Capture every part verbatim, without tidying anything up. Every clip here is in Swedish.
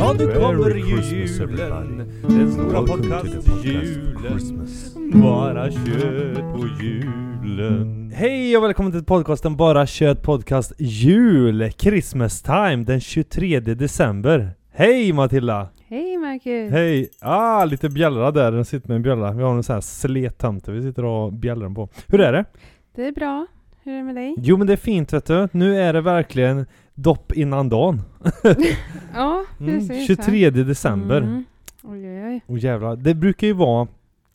Ja, nu kommer ju julen. Den stora podcast-julen. Bara kött på julen. Hej och välkommen till podcasten Bara kött podcast jul. Christmas time den tjugotredje december. Hej Matilda. Hej Marcus. Hej. Ah, lite bjällra där. Den sitter med en bjällra. Vi har en sån här slettamte vi sitter och bjällrar på. Hur är det? Det är bra. Hur är det med dig? Jo, men det är fint, vet du. Nu är det verkligen dopp innan dagen. Ja, precis. Mm, tjugotredje december. Mm. Oj, oj, oj. Och jävlar, det brukar ju vara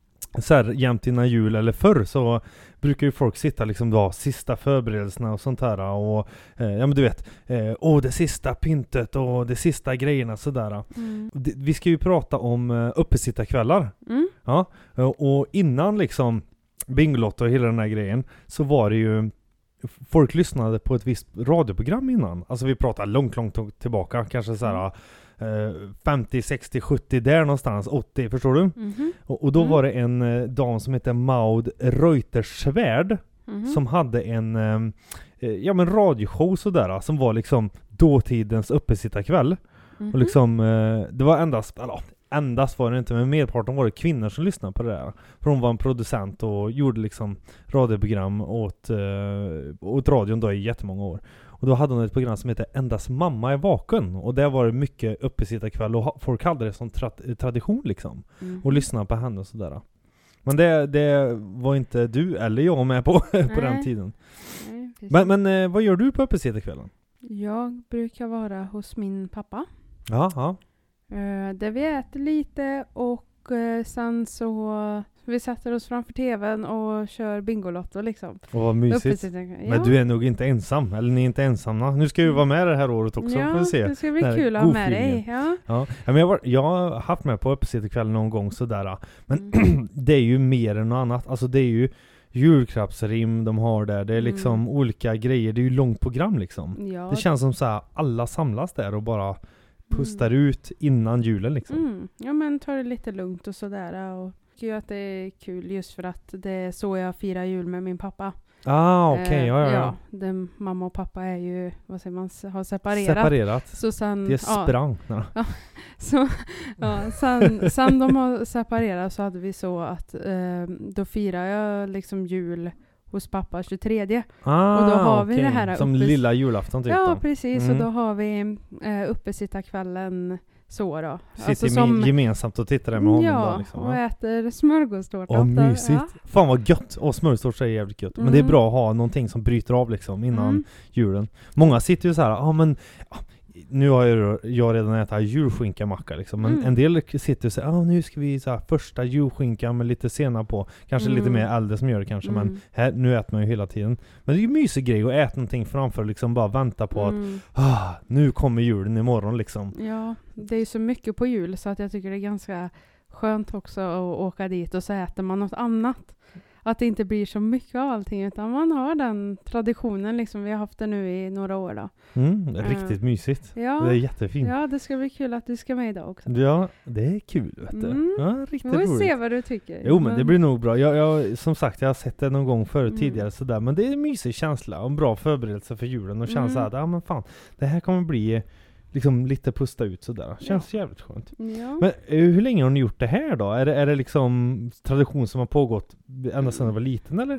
så här jämt innan jul eller förr så brukar ju folk sitta liksom då sista förberedelserna och sånt här och eh, ja men du vet eh, åh det sista pyntet och det sista grejerna sådär. Mm. Det, vi ska ju prata om eh, uppesittarkvällar. Mm. Ja, och innan liksom Bingolotto och hela den här grejen så var det ju folk lyssnade på ett visst radioprogram innan. Alltså vi pratar långt, långt tillbaka. Kanske så här eh, femtio, sextio, sjuttio där någonstans. åttio, förstår du? Mm-hmm. Och, och då Mm. var det en eh, dam som heter Maud Reuterswärd Mm-hmm. som hade en eh, ja men radioshow sådär som var liksom dåtidens uppesittarkväll. Mm-hmm. Och liksom eh, det var endast eller, endast var det inte, men merparten var det kvinnor som lyssnade på det där. För hon var en producent och gjorde liksom radioprogram åt, eh, åt radion då i jättemånga år. Och då hade hon ett program som heter Endast mamma är vaken. Och där var det mycket uppesittarkväll och ha, folk hade det som tra- tradition liksom. Mm-hmm. Och lyssna på henne och sådär. Men det, det var inte du eller jag med på, på den tiden. Nej, precis. Men, men eh, vad gör du på uppesittarkvällen? Jag brukar vara hos min pappa. Ja, ja. Uh, där vi äter lite och uh, sen så vi sätter oss framför tvn och kör Bingolotto liksom. Och vad mysigt. Uppesittarkvällen. Men du är nog inte ensam, eller ni är inte ensamma. Nu ska ju vara med det här året också, ja, får vi se. det ska bli Den här kul att ha med godfeelingen. dig. Ja. Ja, men jag, var, jag har haft med på uppesittarkvällen någon gång sådär. Men Mm. det är ju mer än något annat. Alltså det är ju julklappsrim de har där. Det är liksom Mm. olika grejer. Det är ju långt program liksom. Ja. Det känns som så här, alla samlas där och bara pustar Mm. ut innan julen liksom. Mm. Ja, men ta det lite lugnt och sådär. Och jag tycker ju att det är kul just för att det är så jag firar jul med min pappa. Ah, okej. Eh, ja, ja, ja. ja. Den, mamma och pappa är ju, vad säger man, s- har separerat. Separerat. Så sen, Det är ja, sprang. Ja. så, ja, sen, sen de har separerat så hade vi så att eh, då firar jag liksom jul hos pappa tjugotredje. Ah, Och då har vi okej. det här som uppe- lilla julafton typ Ja, då. precis. Mm. Och då har vi eh, uppesittarkvällen så då. Sitter som... gemensamt och tittar där med honom ja, då liksom. och äter smörgåstårta. Åh, ofta. mysigt. Ja. Fan vad gött. Och smörgåstårta är jävligt gött. Men det är Mm. bra att ha någonting som bryter av liksom innan Mm. julen. Många sitter ju så här, ja ah, men ah, nu har jag, jag redan ätit julskinka-macka liksom. Men Mm. en del sitter och säger, ja ah, nu ska vi så här, första julskinka med lite senap på. Kanske Mm. lite mer äldre som gör det kanske. Mm. Men här, nu äter man ju hela tiden. Men det är ju en mysig grej att äta någonting framför liksom bara vänta på att Mm. ah, nu kommer julen imorgon liksom. Ja, det är så mycket på jul så att jag tycker det är ganska skönt också att åka dit och så äter man något annat. Att det inte blir så mycket av allting utan man har den traditionen liksom. Vi har haft det nu i några år då. Mm, riktigt mysigt. Ja, Det är jättefint. ja, det ska bli kul att du ska med idag också. Ja, det är kul vet du. Mm. Ja, Vi riktigt får roligt. se vad du tycker. Jo, men det blir nog bra. Jag, jag, som sagt, jag har sett det någon gång förut Mm. tidigare sådär. Men det är en mysig känsla och en bra förberedelse för julen. Och känns Mm. att, ja men fan, det här kommer bli liksom lite pusta ut sådär. Känns jävligt skönt. Ja. Men eh, hur länge har ni gjort det här då? Är det, är det liksom tradition som har pågått ända sedan du var liten eller?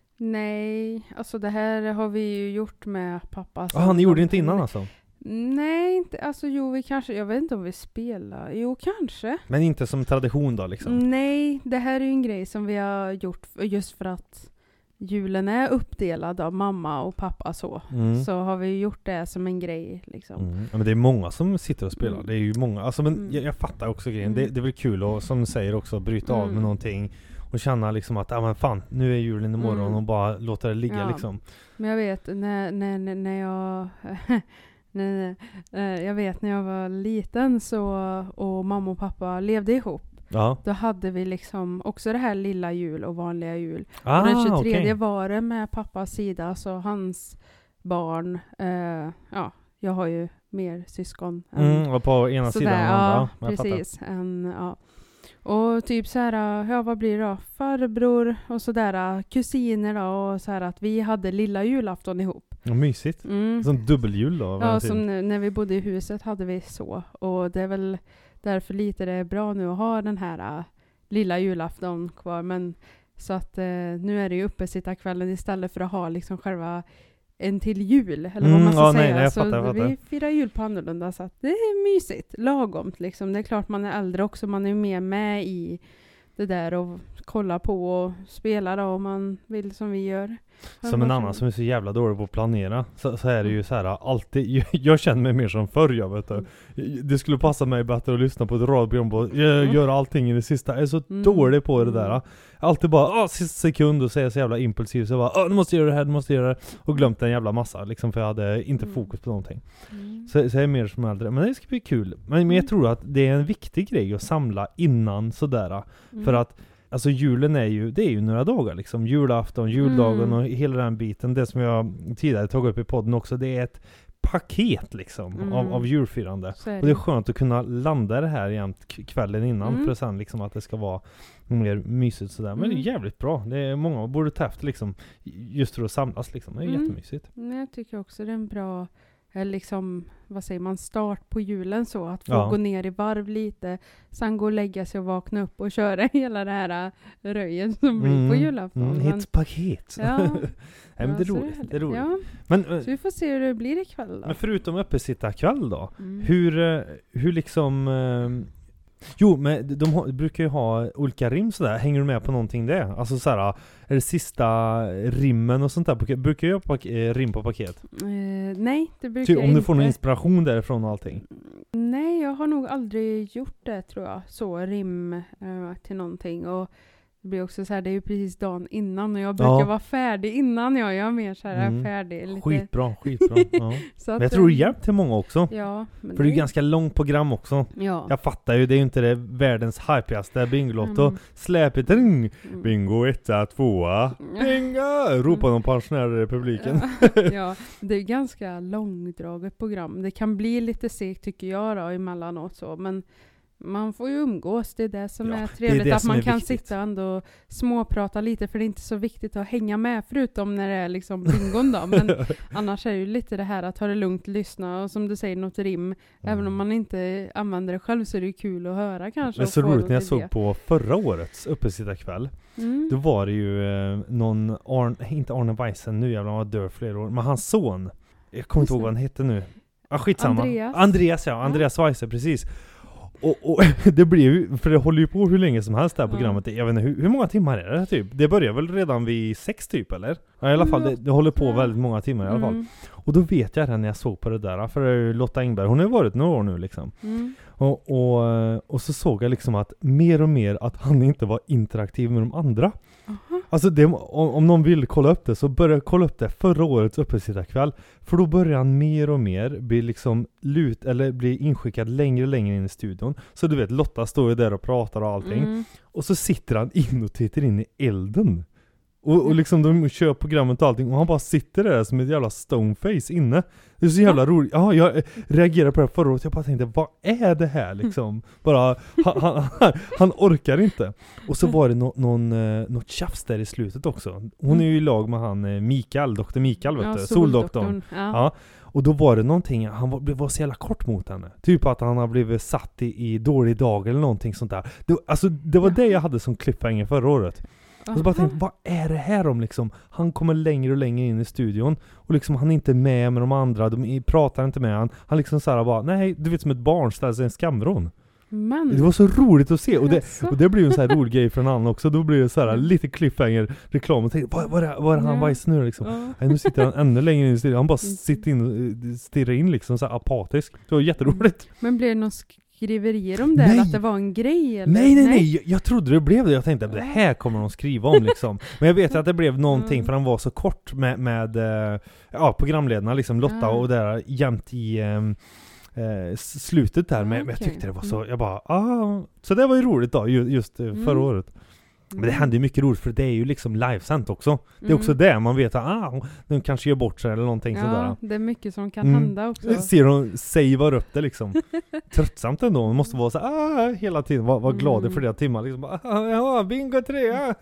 Nej, alltså det här har vi ju gjort med pappa. Ja, ah, ni gjorde det inte innan alltså? Nej, inte, alltså jo vi kanske, jag vet inte om vi spelar. Jo, kanske. Men inte som tradition då liksom? Nej, det här är ju en grej som vi har gjort f- just för att julen är uppdelad av mamma och pappa så. Mm. Så har vi gjort det som en grej liksom. Mm. Ja, men det är många som sitter och spelar. Mm. Det är ju många. Alltså, men Mm. jag, jag fattar också grejen. Mm. Det, det är väl kul att, som du säger också, bryta av Mm. med någonting och känna liksom att, ja men fan, nu är julen imorgon Mm. och bara låta det ligga Ja. liksom. Men jag vet när, när, när- när jag när, när, jag vet när jag var liten så och mamma och pappa levde ihop. Ja. Då hade vi liksom också det här lilla jul och vanliga jul. Ah, och den tjugotredje okej. var det med pappas sida, så hans barn, eh, ja, jag har ju mer syskon. än- Mm, och på ena sådär, sidan och andra. ja, Ja, jag fattar. precis. En, ja. Och typ så här, ja vad blir det då? Farbror och sådär, kusiner då och så här att vi hade lilla julafton ihop. Ja, mysigt. Mm. Som dubbeljul då? Ja, som nu, när vi bodde i huset hade vi så. Och det är väl därför lite det är bra nu att ha den här uh, lilla julafton kvar. Men så att uh, nu är det ju uppe sitta kvällen istället för att ha liksom själva en till jul. Eller vad Mm, man ska ja, säga. nej, nej, jag så fattar, jag fattar. vi firar jul på annorlunda. Så att det är mysigt. Lagomt liksom. Det är klart man är äldre också. Man är mer med i det där och kolla på och spela då om man vill som vi gör. Som en annan som är så jävla dålig på att planera så, så är det ju så här alltid, jag, jag känner mig mer som förr, jag vet du. Det skulle passa mig bättre att lyssna på ett radioprogram och göra allting i det sista. Jag är så Mm. dålig på det där. Alltid bara, ah, sista sekund och säga så jävla impulsivt. Så jag bara, ah, nu måste jag göra det här, nu måste jag göra det. Och glömt en jävla massa liksom, för jag hade inte Mm. fokus på någonting. Mm. Så, så jag är mer som äldre. Men det ska bli kul. Men, men jag tror att det är en viktig grej att samla innan sådär. Mm. För att alltså julen är ju, det är ju några dagar liksom. Julafton, juldagen Mm. och hela den biten. Det som jag tidigare tagit upp i podden också, det är ett paket liksom Mm. av, av julfirande. Så är Och det är skönt att kunna landa det här jämt k- kvällen innan Mm. för sen liksom att det ska vara mer mysigt sådär. Men det är Mm. jävligt bra. Det är många borde ta efter liksom just för att samlas liksom. Det är Mm. jättemysigt. Men jag tycker också det är en bra, eller liksom, vad säger man, start på julen så. Att få Ja. gå ner i varv lite, sen gå och lägga sig och vakna upp och köra hela det här äh, röjen som blir på julafton. Mm, Men- ett paket. Ja. Nej, men Ja, det är så roligt. Det är roligt. Ja, Men, eh, så vi får se hur det blir ikväll då. men förutom uppesittarkväll då, Mm. hur, eh, hur liksom... eh, Jo, men de har, brukar ju ha olika rim sådär. Hänger du med på någonting det? Alltså såhär, är det sista rimmen och sånt där? Brukar- Brukar jag ha pak- eh, rim på paket? Eh, nej, det brukar Ty, jag om inte. du får någon inspiration därifrån och allting. Nej, jag har nog aldrig gjort det tror jag. Så rim eh, till någonting. Och det blir också så här, det är ju precis dagen innan och jag brukar Ja. vara färdig innan jag, jag är mer så här Mm. färdig. Lite, Skitbra, skitbra. Ja. så Men att, jag tror det eh, hjälper till många också. Ja, men För det är ju ganska långt program också. Ja. Jag fattar ju, det är ju inte det världens hypigaste Bingolotto. Mm. Släpet ring! Mm. Bingo etta, tvåa, bingo! Ropar de pensionärer i publiken. Ja. Ja, det är ju ganska långdraget program. Det kan bli lite segt tycker jag då emellanåt så, men man får ju umgås, det är det som Ja, är det är trevligt, det att som man är kan viktigt. sitta ändå och småprata lite, för det är inte så viktigt att hänga med, förutom när det är liksom bingon då, men annars är det ju lite det här att ta det lugnt, lyssna och som du säger, något rim, även om man inte använder det själv så är det ju kul att höra kanske. Men och så få roligt när jag lite såg idé. på förra årets uppesittarkväll. Mm. Då var det ju eh, någon, Arn, inte Arne Weisen nu jävlar, han var död flera år, men hans son, jag kommer inte ihåg vad han hette nu. Ah, skitsamma. Andreas. Andreas ja, Andreas Weise, precis. Och, och det blir ju, för det håller ju på hur länge som helst det här Ja. programmet. Jag vet inte, hur, hur många timmar är det typ? Det börjar väl redan vid sex typ, eller? Ja, i alla fall, det, det håller på Ja. väldigt många timmar i alla fall. Mm. Och då vet jag det när jag såg på det där, för det är ju Lotta Engberg, hon har ju varit några år nu liksom. Mm. Och, och, och så såg jag liksom att mer och mer att han inte var interaktiv med de andra. Aha. Alltså det, om, om någon vill kolla upp det så börja kolla upp det förra årets uppesittarkväll. För då börjar han mer och mer bli liksom lut eller bli inskickad längre och längre in i studion. Så du vet, Lotta står ju där och pratar och allting. Mm. Och så sitter han in och tittar in i elden. Och, och liksom de kör programmet och allting och han bara sitter där som ett jävla stoneface inne. Det är så jävla roligt. Ja, jag reagerade på det förra året. Jag bara tänkte, vad är det här liksom? Bara, han, han, han, han orkar inte. Och så var det no, någon, eh, något tjafs där i slutet också. Hon är ju i lag med han eh, Mikael, doktor Mikael vet Ja, du, soldoktorn. soldoktorn. Ja. Ja. Och då var det någonting, han var, var så jävla kort mot henne. Typ att han har blivit satt i, i dålig dag eller någonting sånt där. Det, alltså det var det jag hade som cliffhanger förra året. Och så bara tänkte, vad är det här om liksom? Han kommer längre och längre in i studion. Och liksom han är inte med med de andra. De pratar inte med han. Han liksom såhär bara, nej, du vet som ett barn ställer sig i en skamvrån. Men. Det var så roligt att se. Och det, Jaså? och det blir ju en sån här rolig grej för en annan också. Då blir det så här Mm. lite cliffhanger reklam. Och tänkte, vad, vad, är, vad är han Ja. bajs nu liksom? Ja. Nej, nu sitter han ännu längre in i studion. Han bara Mm. sitter in och eh, stirrar in liksom så här apatisk. Det var jätteroligt. Men blev det någon skriverier om det? Nej. Att det var en grej? Eller? Nej, nej, nej. Jag, jag trodde det blev det. Jag tänkte att det här kommer de skriva om liksom. Men jag vet att det blev någonting Mm. för han var så kort med, med eh, ja, programledarna liksom Lotta Ah. och där jämt i ehm, eh, s- slutet där. Ah, Men, men jag okej. tyckte det var så, Mm. jag bara, ah. Så det var ju roligt då, ju, just eh, förra Mm. året. Men det händer ju mycket roligt för det är ju liksom livesänt också. Det är Mm. också det, man vet att ah, de kanske gör bort sig eller någonting sådär. Ja, det är mycket som kan Mm. hända också. Ser de savear upp det liksom. Tröttsamt ändå, man måste vara så ah, hela tiden, vara var glad i Mm. flera timmar liksom. Ah, ja, bingo tre! Ah.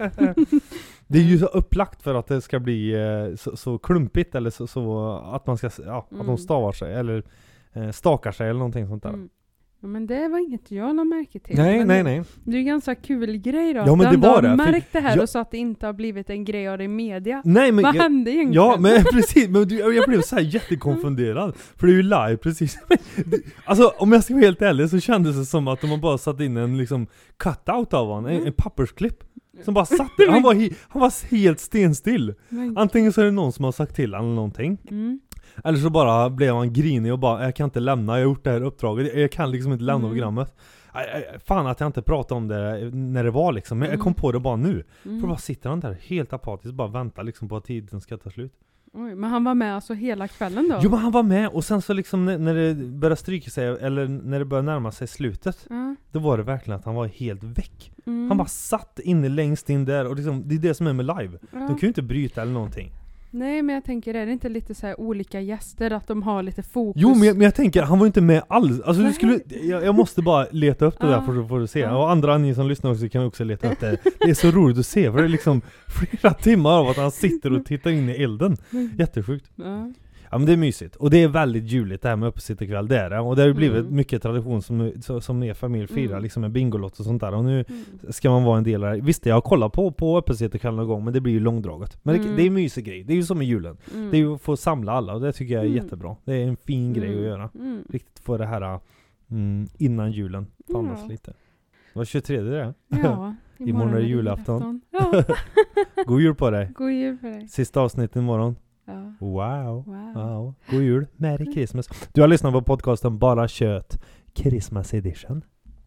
Det är ju så upplagt för att det ska bli eh, så, så klumpigt eller så, så att man ska, ja, att Mm. de stavar sig eller eh, stakar sig eller någonting sånt där. Mm. Ja, men det var inget jag la märke till. Nej, men nej, det, nej. det är ju ganska kul grej då. Ja, men att det ändå var har det, för märkt det här jag- och så att det inte har blivit en grej av det i media. Nej, men Vad jag, hände egentligen? ja, men precis, men du, jag blev så här jättekonfunderad. För det är ju live, precis. Alltså, om jag ska vara helt ärlig så kändes det som att de har bara satt in en liksom cut-out av honom, en, en pappersklipp. Som bara satt där. Han var, he, han var helt stenstill. Men- Antingen så är det någon som har sagt till honom någonting. Mm. Eller så bara blev han grinig och bara, jag kan inte lämna, jag har gjort det här uppdraget. Jag, jag kan liksom inte lämna Mm. programmet. Aj, aj, fan att jag inte pratade om det när det var liksom. Men jag kom Mm. på det bara nu. Mm. För bara sitter han där helt apatiskt, bara väntar liksom på att tiden ska ta slut. Oj, men han var med alltså hela kvällen då? Jo, men han var med, och sen så liksom när, när det började stryka sig, eller när det började närma sig slutet, Ja. då var det verkligen att han var helt väck. Mm. Han bara satt inne längst in där, och liksom, det är det som är med live. Ja. De kan ju inte bryta eller någonting. Nej, men jag tänker, är det inte lite så här olika gäster, att de har lite fokus? Jo, men jag, men jag tänker, han var ju inte med alls. Alltså du Nej. skulle, jag, jag måste bara leta upp det Ja. där för att få se. Ja. Och andra ni som lyssnar också kan också leta upp det. Det är så roligt att se, för det är liksom flera timmar av att han sitter och tittar in i elden. Jättesjukt. Ja. Ja, men det är mysigt. Och det är väldigt juligt det här med uppesittarkväll, det är det. Och det har ju blivit Mm. mycket tradition som, så- som er familj firar, Mm. liksom med bingolott och sånt där. Och nu Mm. ska man vara en del av det. Visst, jag har kollat på, på uppesittarkväll någon gång, men det blir ju långdraget. Men det, Mm. det är en mysig grej. Det är ju som i julen. Mm. Det är ju att få samla alla, och det tycker jag är Mm. jättebra. Det är en fin grej att göra. Mm. Riktigt få det här mm, innan julen. Fannas Ja. lite. Det var tjugotredje det. Ja, Imorgon är det julafton. Ja, God jul på dig. god jul för dig. Sista avsnittet imorgon. Ja. Wow. Wow. Wow. God jul. Merry Christmas. Du har lyssnat på podcasten Bara Kött Christmas edition.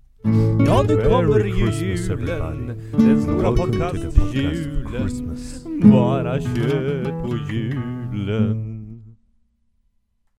Ja, nu Merry kommer ju Christmas, julen, everybody. den stora Welcome to the podcast podcast-julen. Christmas. Bara kött på julen.